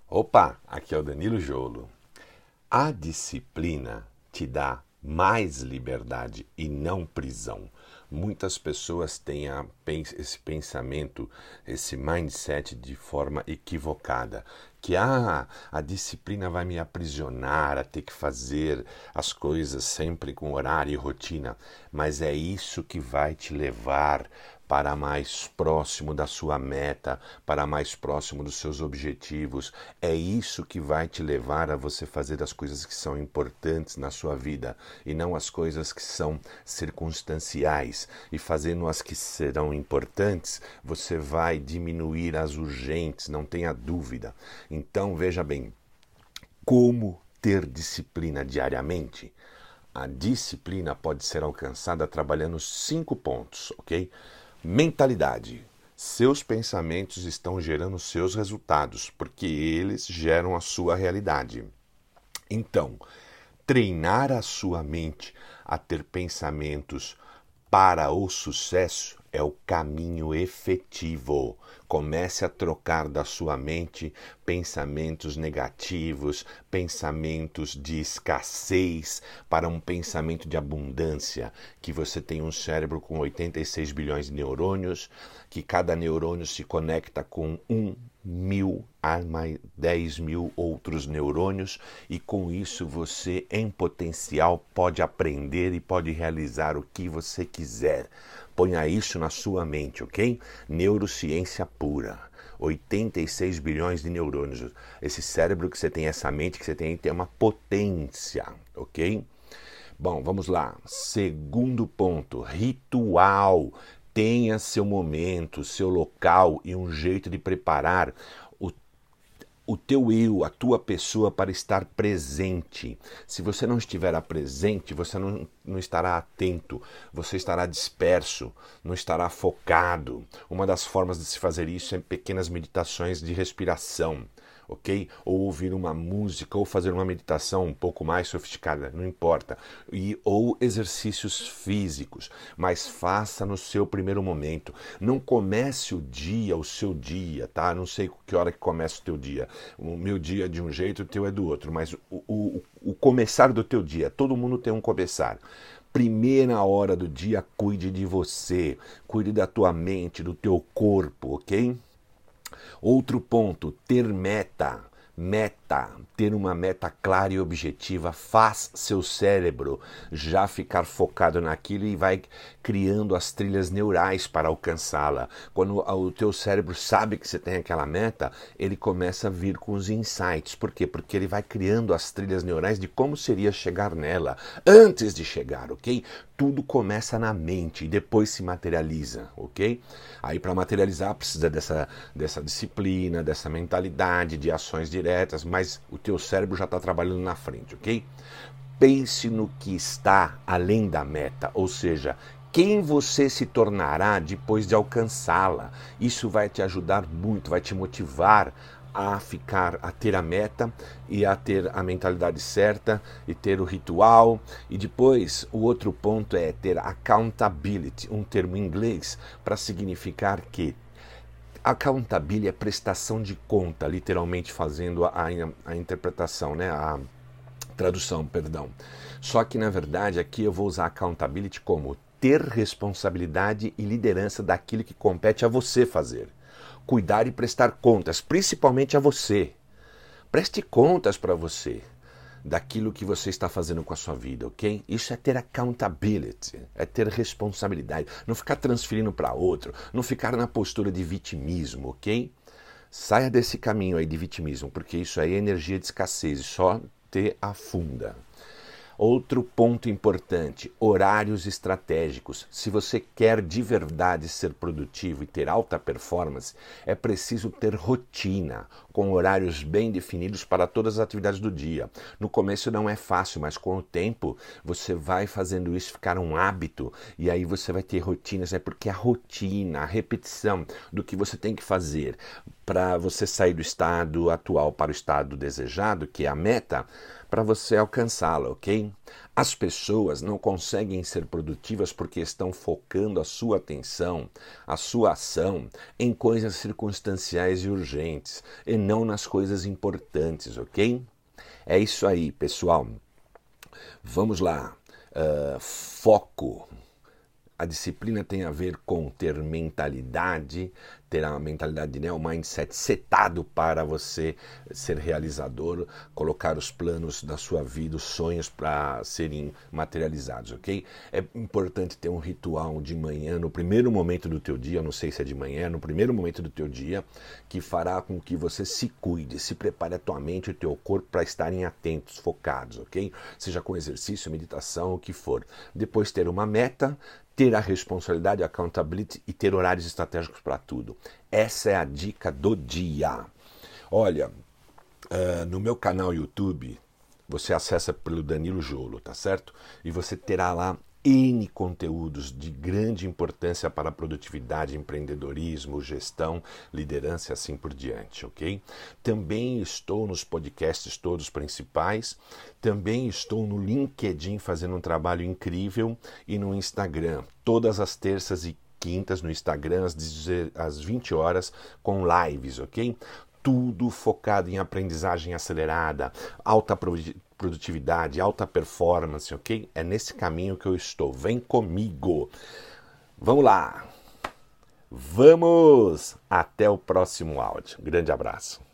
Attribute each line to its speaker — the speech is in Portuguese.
Speaker 1: Opa, aqui é o Danilo Jolo. A disciplina te dá mais liberdade e não prisão. Muitas pessoas têm esse pensamento, esse mindset de forma equivocada, que a disciplina vai me aprisionar a ter que fazer as coisas sempre com horário e rotina, mas é isso que vai te levar para mais próximo da sua meta, para mais próximo dos seus objetivos. É isso que vai te levar a você fazer as coisas que são importantes na sua vida e não as coisas que são circunstanciais. E fazendo as que serão importantes, você vai diminuir as urgentes, não tenha dúvida. Então, veja bem, como ter disciplina diariamente? A disciplina pode ser alcançada trabalhando 5 pontos, ok? Mentalidade. Seus pensamentos estão gerando seus resultados, porque eles geram a sua realidade. Então, treinar a sua mente a ter pensamentos para o sucesso é o caminho efetivo. Comece a trocar da sua mente pensamentos negativos, pensamentos de escassez, para um pensamento de abundância, que você tem um cérebro com 86 bilhões de neurônios, que cada neurônio se conecta com 1.000 a mais 10.000 outros neurônios, e com isso você, em potencial, pode aprender e pode realizar o que você quiser. Ponha isso na sua mente, ok? Neurociência pura. 86 bilhões de neurônios. Esse cérebro que você tem, essa mente que você tem uma potência, ok? Bom, vamos lá. Segundo ponto, ritual. Tenha seu momento, seu local e um jeito de preparar o teu eu, a tua pessoa para estar presente. Se você não estiver presente, você não estará atento, você estará disperso, não estará focado. Uma das formas de se fazer isso é pequenas meditações de respiração, ok? Ou ouvir uma música, ou fazer uma meditação um pouco mais sofisticada, não importa. Ou exercícios físicos, mas faça no seu primeiro momento. Não comece o seu dia, tá? Não sei que hora que começa o teu dia. O meu dia é de um jeito, o teu é do outro, mas o começar do teu dia, todo mundo tem um começar. Primeira hora do dia, cuide de você, cuide da tua mente, do teu corpo, ok? Outro ponto, ter meta. Ter uma meta clara e objetiva faz seu cérebro já ficar focado naquilo e vai criando as trilhas neurais para alcançá-la. Quando o teu cérebro sabe que você tem aquela meta, ele começa a vir com os insights. Por quê? Porque ele vai criando as trilhas neurais de como seria chegar nela antes de chegar, ok? Tudo começa na mente e depois se materializa, ok? Aí para materializar precisa dessa disciplina, dessa mentalidade, de ações diretas, mas o teu cérebro já está trabalhando na frente, ok? Pense no que está além da meta, ou seja, quem você se tornará depois de alcançá-la. Isso vai te ajudar muito, vai te motivar a ter a meta e a ter a mentalidade certa e ter o ritual. E depois o outro ponto é ter accountability, um termo em inglês para significar que accountability é prestação de conta, literalmente fazendo a interpretação, né? A tradução, perdão. Só que na verdade aqui eu vou usar accountability como ter responsabilidade e liderança daquilo que compete a você fazer. Cuidar e prestar contas, principalmente a você. Preste contas para você daquilo que você está fazendo com a sua vida, ok? Isso é ter accountability, é ter responsabilidade. Não ficar transferindo para outro, não ficar na postura de vitimismo, ok? Saia desse caminho aí de vitimismo, porque isso aí é energia de escassez e só te afunda. Outro ponto importante, horários estratégicos. Se você quer de verdade ser produtivo e ter alta performance, é preciso ter rotina, com horários bem definidos para todas as atividades do dia. No começo não é fácil, mas com o tempo você vai fazendo isso ficar um hábito e aí você vai ter rotinas, porque a rotina, a repetição do que você tem que fazer para você sair do estado atual para o estado desejado, que é a meta, para você alcançá-la, ok? As pessoas não conseguem ser produtivas porque estão focando a sua atenção, a sua ação em coisas circunstanciais e urgentes e não nas coisas importantes, ok? É isso aí, pessoal. Vamos lá. Foco. A disciplina tem a ver com ter mentalidade, ter a mentalidade, né, o mindset setado para você ser realizador, colocar os planos da sua vida, os sonhos para serem materializados, ok? É importante ter um ritual de manhã, no primeiro momento do teu dia, não sei se é de manhã, no primeiro momento do teu dia, que fará com que você se cuide, se prepare a tua mente e o teu corpo para estarem atentos, focados, ok? Seja com exercício, meditação, o que for. Depois ter uma meta, ter a responsabilidade, accountability e ter horários estratégicos para tudo. Essa é a dica do dia. Olha, no meu canal YouTube, você acessa pelo Danilo Jolo, tá certo? E você terá lá N conteúdos de grande importância para a produtividade, empreendedorismo, gestão, liderança e assim por diante, ok? Também estou nos podcasts todos principais, também estou no LinkedIn fazendo um trabalho incrível e no Instagram, todas as terças e quintas no Instagram às 20 horas com lives, ok? Tudo focado em aprendizagem acelerada, alta produtividade, alta performance, ok? É nesse caminho que eu estou. Vem comigo. Vamos lá. Vamos! Até o próximo áudio. Grande abraço.